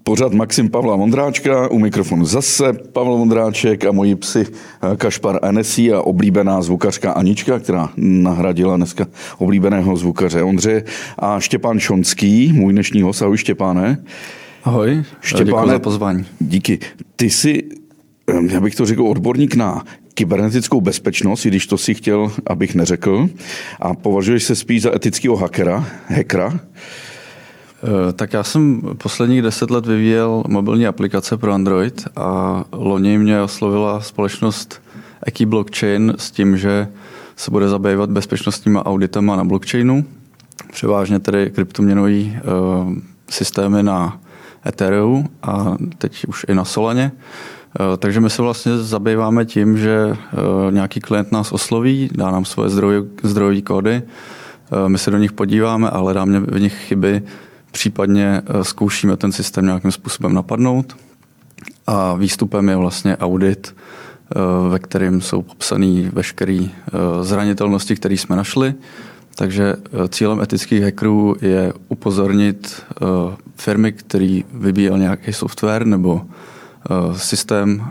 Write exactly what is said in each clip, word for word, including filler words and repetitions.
Pořad Maxim Pavla Vondráčka, u mikrofonu zase Pavel Vondráček a moji psi Kašpar a Nesí a oblíbená zvukařka Anička, která nahradila dneska oblíbeného zvukaře Ondřeje, a Štěpán Šonský, můj dnešní host. Ahoj Štěpáne. Ahoj, Štěpáne, děkuji za pozvání. Díky. Ty jsi, já bych to řekl, odborník na kybernetickou bezpečnost, i když to si chtěl, abych neřekl, a považuješ se spíš za etického hackera, hackera? Tak já jsem posledních deset let vyvíjel mobilní aplikace pro Android a loni mě oslovila společnost Eki Blockchain s tím, že se bude zabývat bezpečnostníma auditama na blockchainu, převážně tedy kryptoměnový uh, systémy na Ethereum a teď už i na Solaně. Uh, takže my se vlastně zabýváme tím, že uh, nějaký klient nás osloví, dá nám svoje zdroj, zdrojové kódy, uh, my se do nich podíváme a hledáme v nich chyby, případně zkoušíme ten systém nějakým způsobem napadnout a výstupem je vlastně audit, ve kterém jsou popsané veškeré zranitelnosti, které jsme našli. Takže cílem etických hackerů je upozornit firmy, které vybíjel nějaký software nebo systém,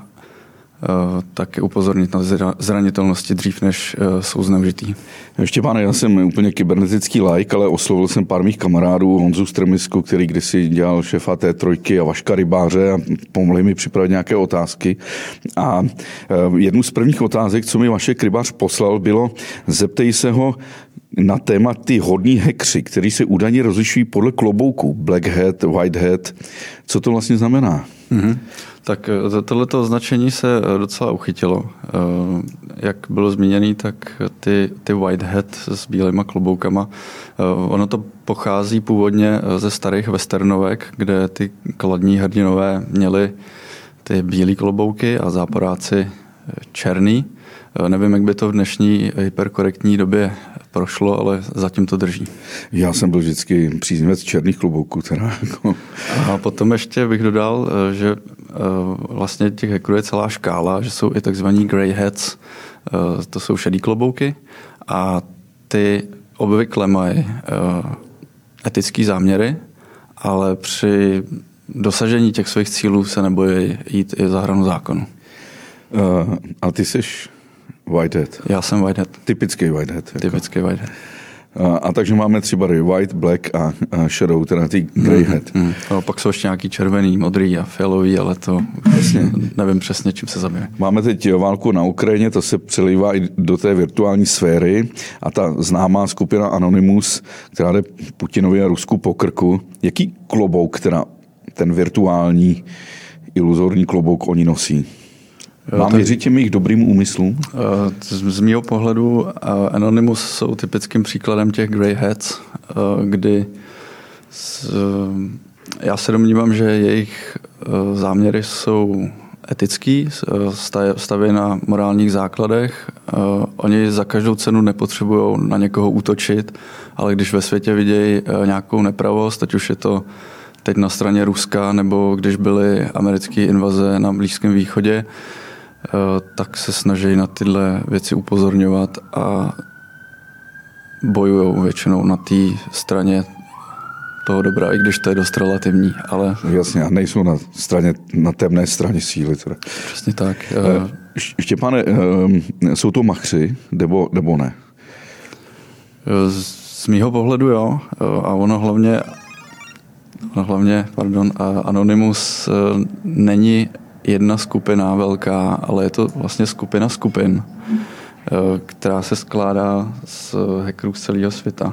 tak upozornit na zranitelnosti dřív, než jsou zneužitý. Štěpáne, já jsem úplně kybernetický laik, ale oslovil jsem pár mých kamarádů, Honzu Strmisku, který kdysi dělal šéfa té trojky, a Vaška Rybáře, a pomohli mi připravit nějaké otázky. A jednu z prvních otázek, co mi Vašek Rybář poslal, bylo: zeptej se ho na téma ty hodní hackři, který se údajně rozlišují podle klobouku. Black hat, white hat. Co to vlastně znamená? Mm-hmm. Tak tohleto označení se docela uchytilo. Jak bylo zmíněné, tak ty, ty white hat s bílýma kloboukama, ono to pochází původně ze starých westernovek, kde ty kladní hrdinové měli ty bílé klobouky a záporáci černý. Nevím, jak by to v dnešní hyperkorektní době prošlo, ale zatím to drží. Já jsem byl vždycky příznivec černých klobouků. Teda. A potom ještě bych dodal, že vlastně těch hackerů je celá škála, že jsou i takzvaní grey hats, to jsou šedý klobouky a ty obvykle mají etické záměry, ale při dosažení těch svých cílů se nebojí jít i za hranu zákonu. Uh, a ty jsi white hat? Já jsem white hat. Typický white hat. Jako. Typický white hat. A, a takže máme tři barvy: white, black a, a shadow, teda ty grey hat. Mm, mm. No, pak jsou ještě nějaký červený, modrý a fialový, ale to vlastně nevím přesně, čím se zabývá. Máme teď válku na Ukrajině, to se přelívá i do té virtuální sféry a ta známá skupina Anonymous, která jde Putinovi a Rusku po krku. Jaký klobouk, teda ten virtuální iluzorní klobouk oni nosí? Mám věřit těm jejich dobrým úmyslům? Z mýho pohledu Anonymous jsou typickým příkladem těch grey hats, kdy já se domnívám, že jejich záměry jsou etický, staví na morálních základech. Oni za každou cenu nepotřebují na někoho útočit, ale když ve světě vidějí nějakou nepravost, ať už je to teď na straně Ruska, nebo když byly americké invaze na Blízkém východě, tak se snaží na tyhle věci upozorňovat a bojují většinou na té straně toho dobra, i když to je dost relativní, ale... Jasně, a nejsou na straně, na temné straně síly. Teda. Přesně tak. Štěpáne, jsou to machři, nebo, nebo ne? Z mýho pohledu jo, a ono hlavně, hlavně pardon, Anonymous není jedna skupina velká, ale je to vlastně skupina skupin, která se skládá z hackerů z celého světa.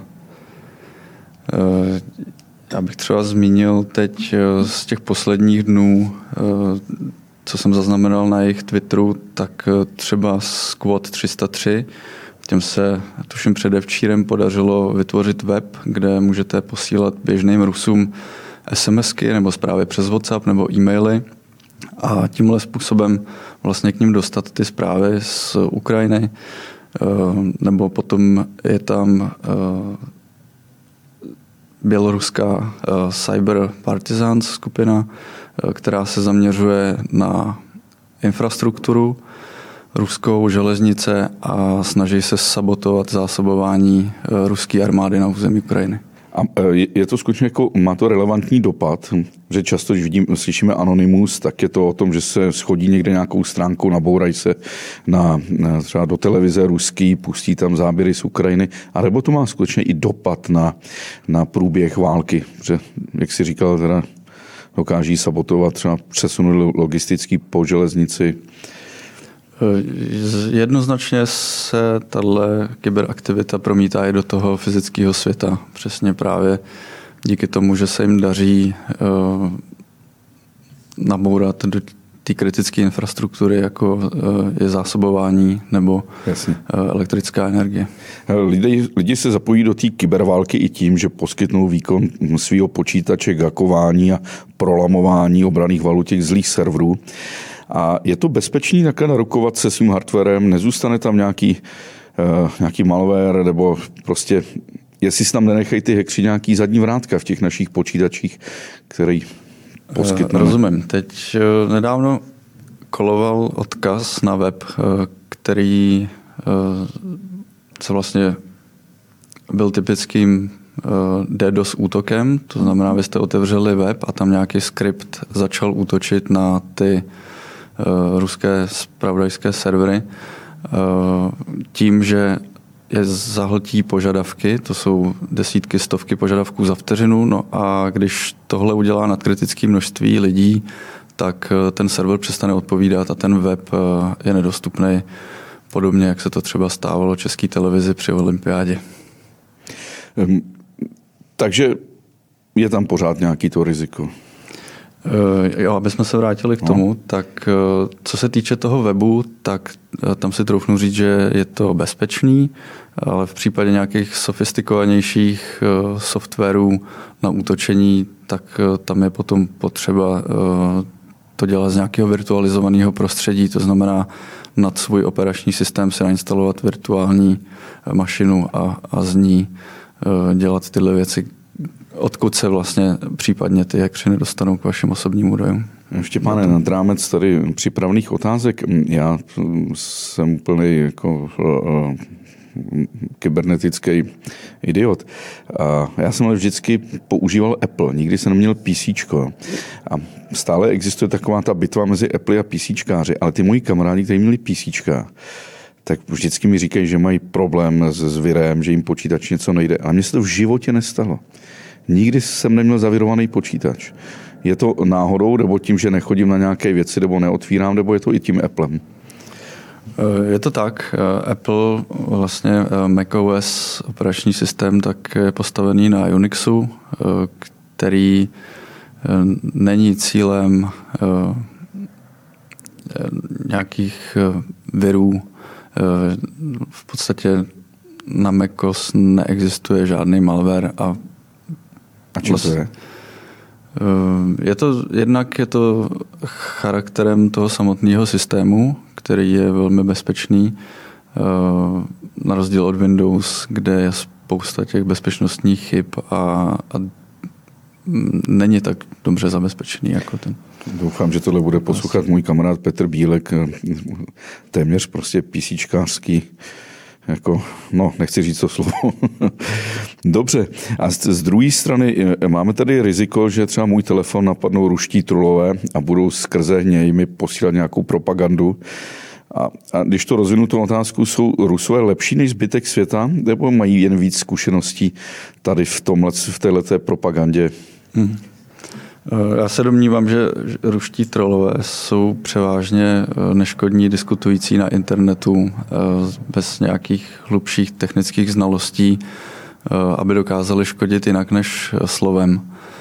Já bych třeba zmínil teď z těch posledních dnů, co jsem zaznamenal na jejich Twitteru, tak třeba Squad tři sta tři, těm se tuším předevčírem podařilo vytvořit web, kde můžete posílat běžným Rusům SMSky nebo zprávy přes WhatsApp nebo e-maily a tímhle způsobem vlastně k ním dostat ty zprávy z Ukrajiny. Nebo potom je tam běloruská Cyber Partisans skupina, která se zaměřuje na infrastrukturu, ruskou železnice a snaží se sabotovat zásobování ruské armády na území Ukrajiny. A je to skutečně jako, má to relevantní dopad, že často, když vidím, slyšíme Anonymous, tak je to o tom, že se schodí někde nějakou stránku, nabourají se na, na třeba do televize ruský, pustí tam záběry z Ukrajiny, a nebo to má skutečně i dopad na, na průběh války, že, jak si říkal, teda dokáží sabotovat třeba přesuny logistický po železnici. Jednoznačně se tato kyberaktivita promítá i do toho fyzického světa. Přesně právě díky tomu, že se jim daří uh, nabourat do té kritické infrastruktury, jako uh, je zásobování nebo uh, elektrická energie. Lidi, lidi se zapojí do té kyberválky i tím, že poskytnou výkon svého počítače k hackování a prolamování obranných valů těch zlých serverů. A je to bezpečný takhle narukovat se svým hardwarem, nezůstane tam nějaký, uh, nějaký malware, nebo prostě, jestli si tam nenechají ty hackři nějaký zadní vrátka v těch našich počítačích, který poskytneme. Rozumím. Teď uh, nedávno koloval odkaz na web, uh, který uh, co vlastně byl typickým uh, DDoS útokem, to znamená, vy jste otevřeli web a tam nějaký skript začal útočit na ty Uh, ruské zpravodajské servery uh, tím, že je zahltí požadavky, to jsou desítky, stovky požadavků za vteřinu, no a když tohle udělá nadkritické množství lidí, tak uh, ten server přestane odpovídat a ten web uh, je nedostupný, podobně jak se to třeba stávalo České televizi při olympiádě. Um, takže je tam pořád nějaký to riziko. Uh, jo, aby jsme se vrátili k tomu, no. tak uh, co se týče toho webu, tak uh, tam si troufnu říct, že je to bezpečný, ale v případě nějakých sofistikovanějších uh, softwarů na útočení, tak uh, tam je potom potřeba uh, to dělat z nějakého virtualizovaného prostředí, to znamená nad svůj operační systém si nainstalovat virtuální mašinu a, a z ní uh, dělat tyhle věci, odkud se vlastně případně ty hackři nedostanou k vašim osobním údajům. Štěpáne, nad rámec tady připravených otázek, já jsem úplný jako uh, kybernetický idiot. A já jsem ale vždycky používal Apple, nikdy jsem neměl PCčko. A stále existuje taková ta bitva mezi Apple a PCčkáři, ale ty moji kamarádi, kteří měli PCčka, tak vždycky mi říkají, že mají problém s, s virem, že jim počítač něco nejde. Ale mně se to v životě nestalo. Nikdy jsem neměl zavirovaný počítač. Je to náhodou, nebo tím, že nechodím na nějaké věci, nebo neotvírám, nebo je to i tím Applem? Je to tak. Apple, vlastně macOS operační systém, tak je postavený na Unixu, který není cílem nějakých virů. V podstatě na macOS neexistuje žádný malware a A čím to je? Je to, jednak je to charakterem toho samotného systému, který je velmi bezpečný, na rozdíl od Windows, kde je spousta těch bezpečnostních chyb a, a není tak dobře zabezpečený jako ten. Doufám, že tohle bude poslouchat můj kamarád Petr Bílek, téměř prostě písíčkářský. Jako, no, nechci říct to slovo. Dobře. A z, z druhé strany máme tady riziko, že třeba můj telefon napadnou ruští trolové a budou skrze něj mi posílat nějakou propagandu. A, a když to rozvinu tu otázku, jsou Rusové lepší než zbytek světa, nebo mají jen víc zkušeností tady v tomhle, v téhleté propagandě? Hmm. Já se domnívám, že ruští trolové jsou převážně neškodní diskutující na internetu bez nějakých hlubších technických znalostí, aby dokázali škodit jinak než slovem.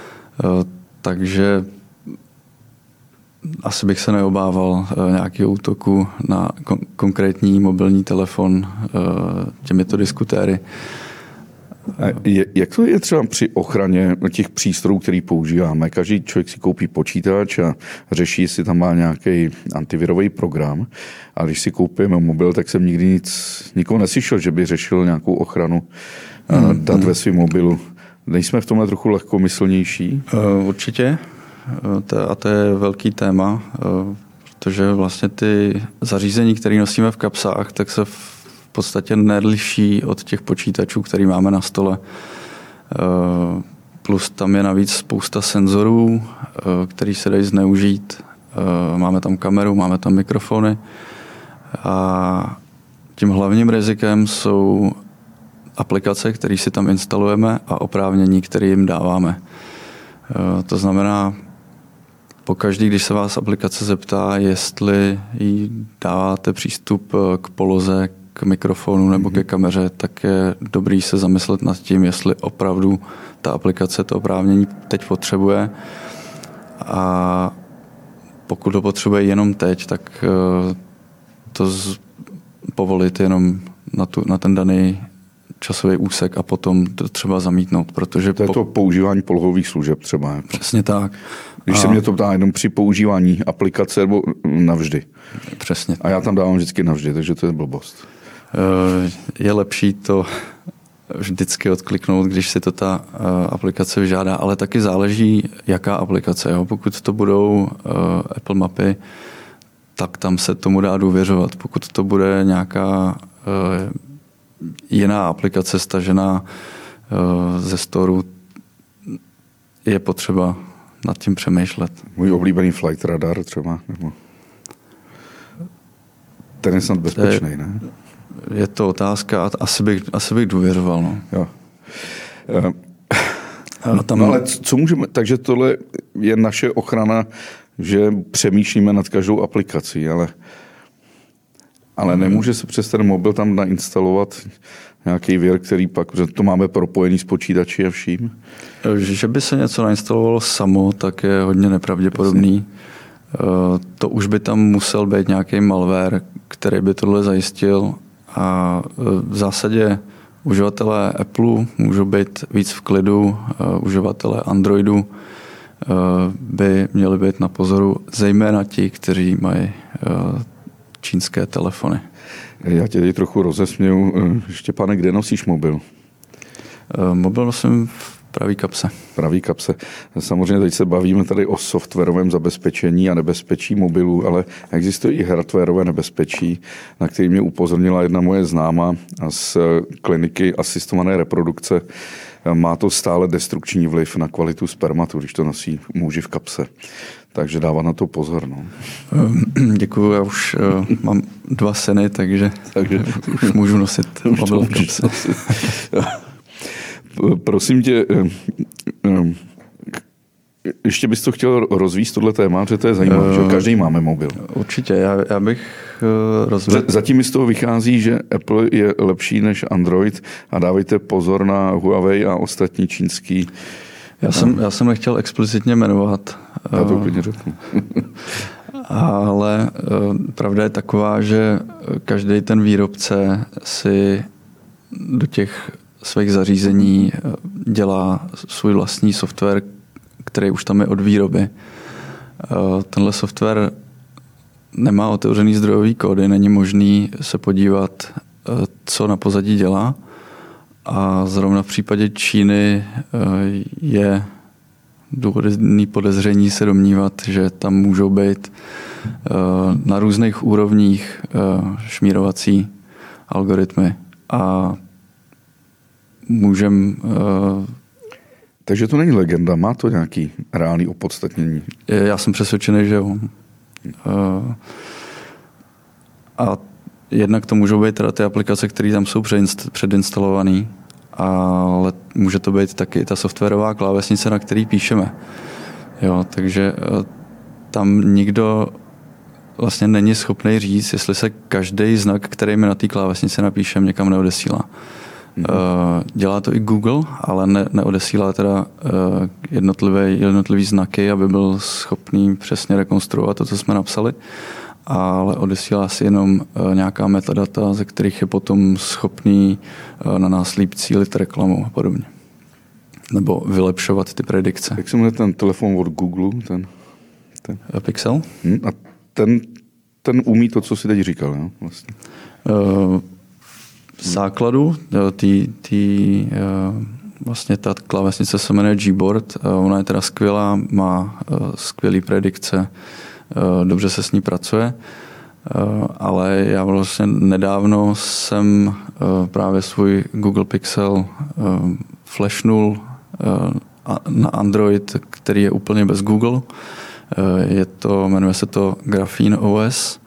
Takže asi bych se neobával nějakého útoku na konkrétní mobilní telefon těmito diskutéry. Jak to je třeba při ochraně těch přístrojů, který používáme? Každý člověk si koupí počítač a řeší, jestli tam má nějaký antivirový program. A když si koupíme mobil, tak jsem nikdy nic, nikoho neslyšel, že by řešil nějakou ochranu mm, dat mm. ve svém mobilu. Nejsme v tomhle trochu lehkomyslnější? Uh, určitě. Uh, a to je velký téma, uh, protože vlastně ty zařízení, které nosíme v kapsách, tak se v v podstatě neliší od těch počítačů, který máme na stole. Plus tam je navíc spousta senzorů, který se dají zneužít. Máme tam kameru, máme tam mikrofony. A tím hlavním rizikem jsou aplikace, které si tam instalujeme a oprávnění, které jim dáváme. To znamená, pokaždý, když se vás aplikace zeptá, jestli jí dáváte přístup k poloze, k mikrofonu nebo ke kameře, tak je dobrý se zamyslet nad tím, jestli opravdu ta aplikace to oprávnění teď potřebuje. A pokud to potřebuje jenom teď, tak to z, povolit jenom na, tu, na ten daný časový úsek a potom to třeba zamítnout, protože... To je to používání polohových služeb třeba. Přesně tak. Když a... se mě to ptá jenom při používání aplikace nebo navždy. Přesně. A já tam dávám vždycky navždy, takže to je blbost. Je lepší to vždycky odkliknout, když si to ta aplikace vyžádá, ale taky záleží, jaká aplikace. Jo? Pokud to budou Apple mapy, tak tam se tomu dá důvěřovat. Pokud to bude nějaká jiná aplikace stažená ze storu, je potřeba nad tím přemýšlet. Můj oblíbený Flight Radar třeba? Nebo... Ten je snad bezpečný, je, ne? Je to otázka, asi bych, asi bych důvěřoval. No. Jo. No, tam... no ale co můžeme, takže tohle je naše ochrana, že přemýšlíme nad každou aplikací, ale, ale nemůže se přes ten mobil tam nainstalovat nějaký vir, který pak, že to máme propojený s počítači a vším? Že by se něco nainstalovalo samo, tak je hodně nepravděpodobný. To už by tam musel být nějaký malware, který by tohle zajistil. A v zásadě uživatelé Apple můžou být víc v klidu, uživatelé Androidu by měli být na pozoru, zejména ti, kteří mají čínské telefony. Já tě tady trochu rozesměju. Štěpáne, kde nosíš mobil? Mobil nosím v pravý kapse. Pravý kapse. Samozřejmě teď se bavíme tady o softwarovém zabezpečení a nebezpečí mobilů, ale existuje i hardwareové nebezpečí, na který mě upozornila jedna moje známá z kliniky asistované reprodukce. Má to stále destrukční vliv na kvalitu spermatu, když to nosí muži v kapse. Takže dává na to pozor. No. Děkuju, já už uh, mám dva syny, takže, takže už můžu nosit mobil v kapse. Prosím tě, ještě bys to chtěl rozvíjet tohle téma, že to je zajímavé, že každý máme mobil. Určitě, já, já bych rozvíjet. Zatím mi z toho vychází, že Apple je lepší než Android a dávejte pozor na Huawei a ostatní čínský. Já jsem, já jsem nechtěl explicitně jmenovat. Já to úplně řeknu. Ale pravda je taková, že každý ten výrobce si do těch svých zařízení dělá svůj vlastní software, který už tam je od výroby. Tenhle software nemá otevřený zdrojový kódy, není možný se podívat, co na pozadí dělá. A zrovna v případě Číny je důvodný podezření se domnívat, že tam můžou být na různých úrovních šmírovací algoritmy. A můžem... Takže to není legenda, má to nějaký reálný opodstatnění? Já jsem přesvědčený, že jo. A jednak to můžou být teda ty aplikace, které tam jsou předinstalované, ale může to být taky ta softwarová klávesnice, na který píšeme. Jo, takže tam nikdo vlastně není schopný říct, jestli se každý znak, který mi na té klávesnici napíšem, někam neodesílá. Mm-hmm. Dělá to i Google, ale ne, neodesílá teda jednotlivé, jednotlivý znaky, aby byl schopný přesně rekonstruovat to, co jsme napsali, ale odesílá si jenom nějaká metadata, ze kterých je potom schopný na nás líp cílit reklamu a podobně. Nebo vylepšovat ty predikce. Jak se jmenuje ten telefon od Google? Ten, ten? Pixel? Hmm, a ten, ten umí to, co jsi teď říkal, jo? Vlastně. Uh, v základu tý, tý, vlastně ta klávesnice se jmenuje Gboard. Ona je teda skvělá, má skvělý predikce, dobře se s ní pracuje, ale já vlastně nedávno jsem právě svůj Google Pixel flashnul na Android, který je úplně bez Google. Je to, jmenuje se to Graphene O S.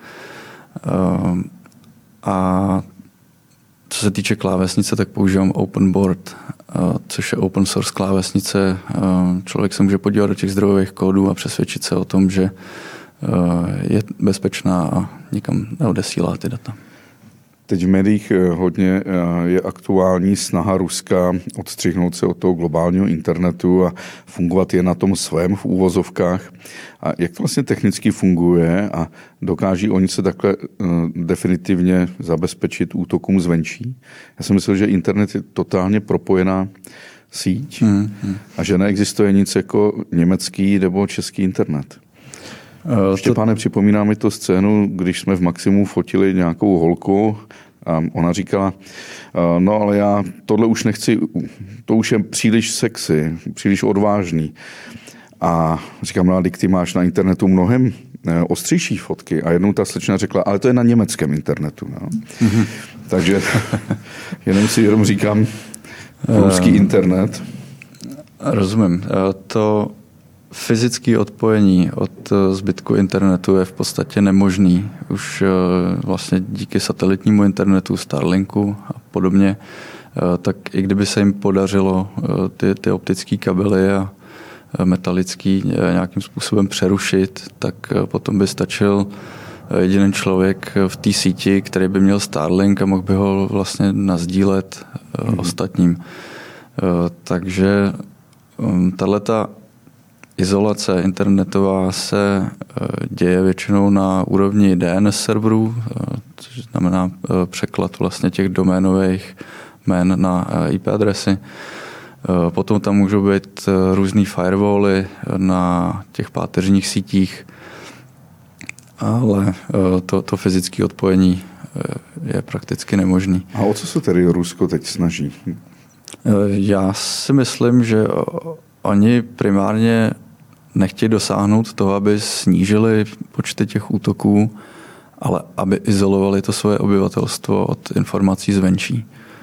A co se týče klávesnice, tak používám OpenBoard, což je open source klávesnice. Člověk se může podívat do těch zdrojových kódů a přesvědčit se o tom, že je bezpečná a nikam neodesílá ty data. Teď v médiích hodně je aktuální snaha Ruska odstřihnout se od toho globálního internetu a fungovat je na tom svém v úvozovkách. A jak to vlastně technicky funguje a dokáží oni se takhle definitivně zabezpečit útokům zvenčí? Já jsem myslel, že internet je totálně propojená síť hmm, hmm. a že neexistuje nic jako německý nebo český internet. Štěpáne, připomíná mi to scénu, když jsme v Maximu fotili nějakou holku a ona říkala, no ale já tohle už nechci, to už je příliš sexy, příliš odvážný. A říkám, no a ty máš na internetu mnohem ostřejší fotky. A jednou ta slečna řekla, ale to je na německém internetu. No. Mm-hmm. Takže jenom si jenom říkám, ruský internet. Rozumím. To fyzické odpojení od zbytku internetu je v podstatě nemožný. Už vlastně díky satelitnímu internetu, Starlinku a podobně, tak i kdyby se jim podařilo ty, ty optické kabely a metalický nějakým způsobem přerušit, tak potom by stačil jeden člověk v té síti, který by měl Starlink a mohl by ho vlastně nazdílet mm. ostatním. Takže tahleta izolace internetová se děje většinou na úrovni D N S serverů, což znamená překlad vlastně těch doménových jmen na I P adresy. Potom tam můžou být různý firewally na těch páteřních sítích, ale to, to fyzické odpojení je prakticky nemožný. A o co se tedy Rusko teď snaží? Já si myslím, že oni primárně nechtějí dosáhnout toho, aby snížili počty těch útoků, ale aby izolovali to svoje obyvatelstvo od informací zvenčí.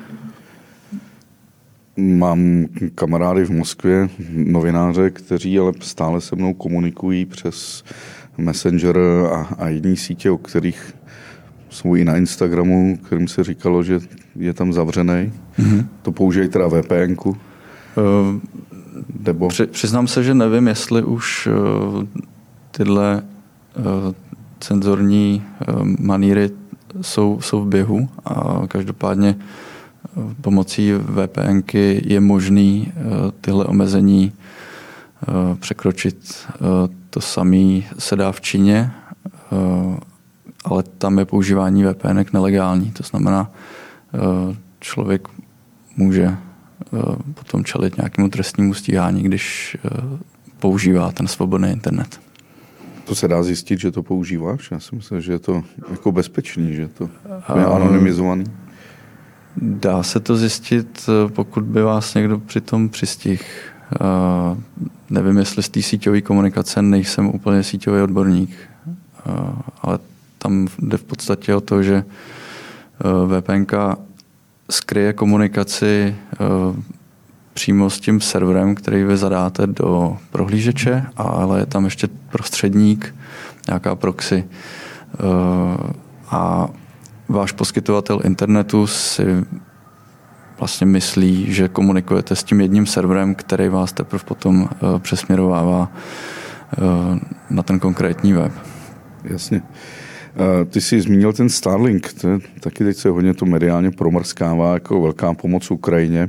Mám kamarády v Moskvě, novináře, kteří ale stále se mnou komunikují přes Messenger a, a jiné sítě, o kterých jsou i na Instagramu, kterým se říkalo, že je tam zavřený. Mm-hmm. To použijí teda V P N ku. Uh, Nebo... Při, přiznám se, že nevím, jestli už uh, tyhle uh, cenzorní uh, maníry jsou, jsou v běhu a každopádně uh, pomocí V P N ky je možný uh, tyhle omezení uh, překročit. Uh, to samé se dá v Číně, uh, ale tam je používání V P N ek nelegální. To znamená, uh, člověk může potom čelit nějakému trestnímu stíhání, když používá ten svobodný internet. To se dá zjistit, že to používáš? Já si myslím, že je to jako bezpečný, že to je anonymizovaný. Dá se to zjistit, pokud by vás někdo přitom přistihl. Nevím, jestli z té síťové komunikace nejsem úplně síťový odborník, ale tam jde v podstatě o to, že V P N ka skryje komunikaci uh, přímo s tím serverem, který vy zadáte do prohlížeče, ale je tam ještě prostředník, nějaká proxy. Uh, a váš poskytovatel internetu si vlastně myslí, že komunikujete s tím jedním serverem, který vás teprve potom uh, přesměrovává uh, na ten konkrétní web. Jasně. Ty jsi zmínil ten Starlink, to je, taky teď se hodně to mediálně promrskává jako velká pomoc Ukrajině.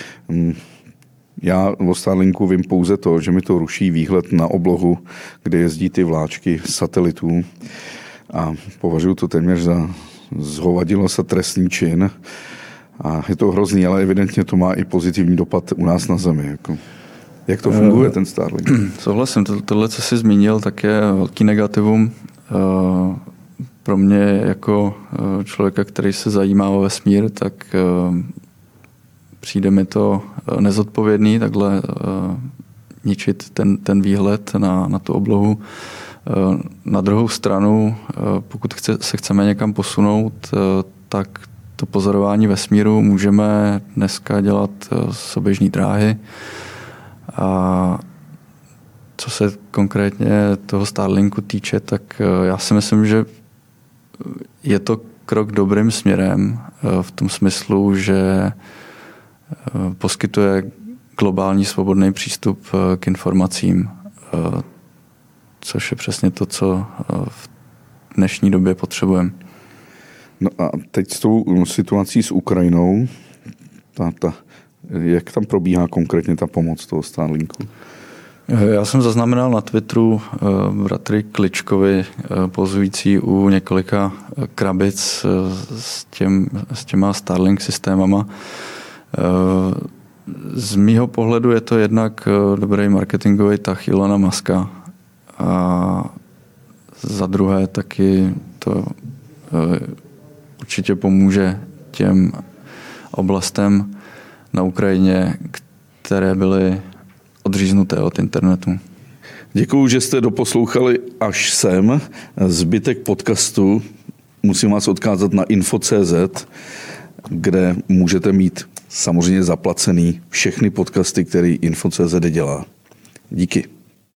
Já o Starlinku vím pouze to, že mi to ruší výhled na oblohu, kde jezdí ty vláčky satelitů a považuji to téměř za zhovadilo se trestný čin a je to hrozný, ale evidentně to má i pozitivní dopad u nás na zemi. Jako. Jak to funguje, ten Starlink? Souhlasím, tohle, co jsi zmínil, tak je velký negativum. Pro mě jako člověka, který se zajímá o vesmír, tak přijde mi to nezodpovědný takhle ničit ten, ten výhled na, na tu oblohu. Na druhou stranu, pokud chce, se chceme někam posunout, tak to pozorování vesmíru můžeme dneska dělat z oběžné dráhy. A co se konkrétně toho Starlinku týče, tak já si myslím, že je to krok dobrým směrem v tom smyslu, že poskytuje globální svobodný přístup k informacím, což je přesně to, co v dnešní době potřebujeme. No a teď s tou situací s Ukrajinou, ta, ta, jak tam probíhá konkrétně ta pomoc toho Starlinku? Já jsem zaznamenal na Twitteru bratry Kličkovi pozující u několika krabic s, těm, s těma Starlink systémama. Z mýho pohledu je to jednak dobrý marketingový tah Ilona Muska a za druhé taky to určitě pomůže těm oblastem na Ukrajině, které byly odříznuté od internetu. Děkuju, že jste doposlouchali až sem. Zbytek podcastu musím vás odkázat na info tečka cé zet, kde můžete mít samozřejmě zaplacený všechny podcasty, které info tečka cé zet dělá. Díky.